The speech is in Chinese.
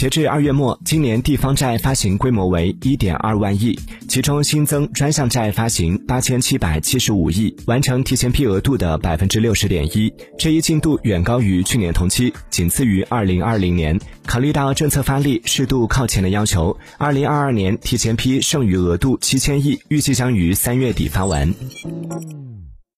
截至2月末，今年地方债发行规模为 1.2 万亿，其中新增专项债发行8775亿，完成提前批额度的 60.1%， 这一进度远高于去年同期，仅次于2020年。考虑到政策发力适度靠前的要求，2022年提前批剩余额度7000亿，预计将于3月底发完。